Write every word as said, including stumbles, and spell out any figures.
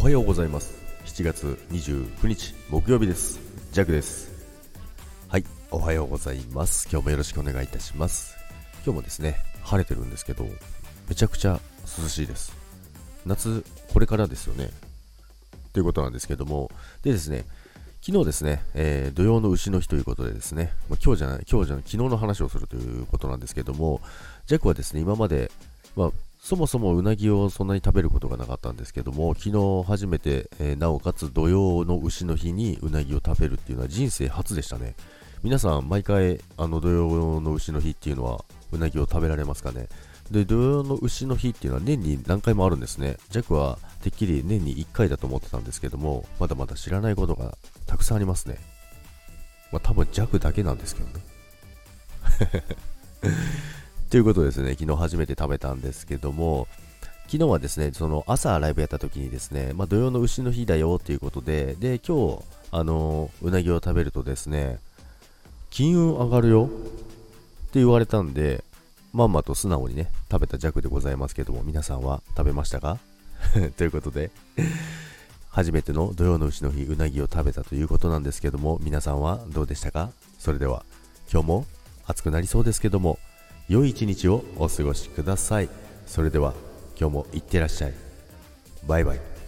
おはようございます。しちがつにじゅうくにち木曜日です。ジャクです。はい、おはようございます。今日もよろしくお願いいたします。今日もですね、晴れてるんですけど、めちゃくちゃ涼しいです。夏これからですよねということなんですけども、でですね、昨日ですね、えー、土曜の丑の日ということでですね、まあ、今日じゃない、今日じゃない、昨日の話をするということなんですけども、ジャックはですね、今まで、まあ、そもそもうなぎをそんなに食べることがなかったんですけども、昨日初めて、えー、なおかつ土曜の丑の日にうなぎを食べるっていうのは人生初でしたね。皆さん、毎回、あの土曜の丑の日っていうのは、うなぎを食べられますかね。で、土曜の丑の日っていうのは年に何回もあるんですね。ジャックはてっきり年にいっかいだと思ってたんですけども、まだまだ知らないことがたくさんありますね。まあ多分ジャックだけなんですけどね。ということですね、昨日初めて食べたんですけども、昨日はですね、その朝ライブやった時にですね、まあ土曜の丑の日だよっていうことで、で、今日、あのー、うなぎを食べるとですね、金運上がるよって言われたんで、まんまと素直にね、食べた弱でございますけども、皆さんは食べましたか？ということで、初めての土曜の丑の日、うなぎを食べたということなんですけども、皆さんはどうでしたか？それでは、今日も暑くなりそうですけども、良い一日をお過ごしください。それでは、今日もいってらっしゃい。バイバイ。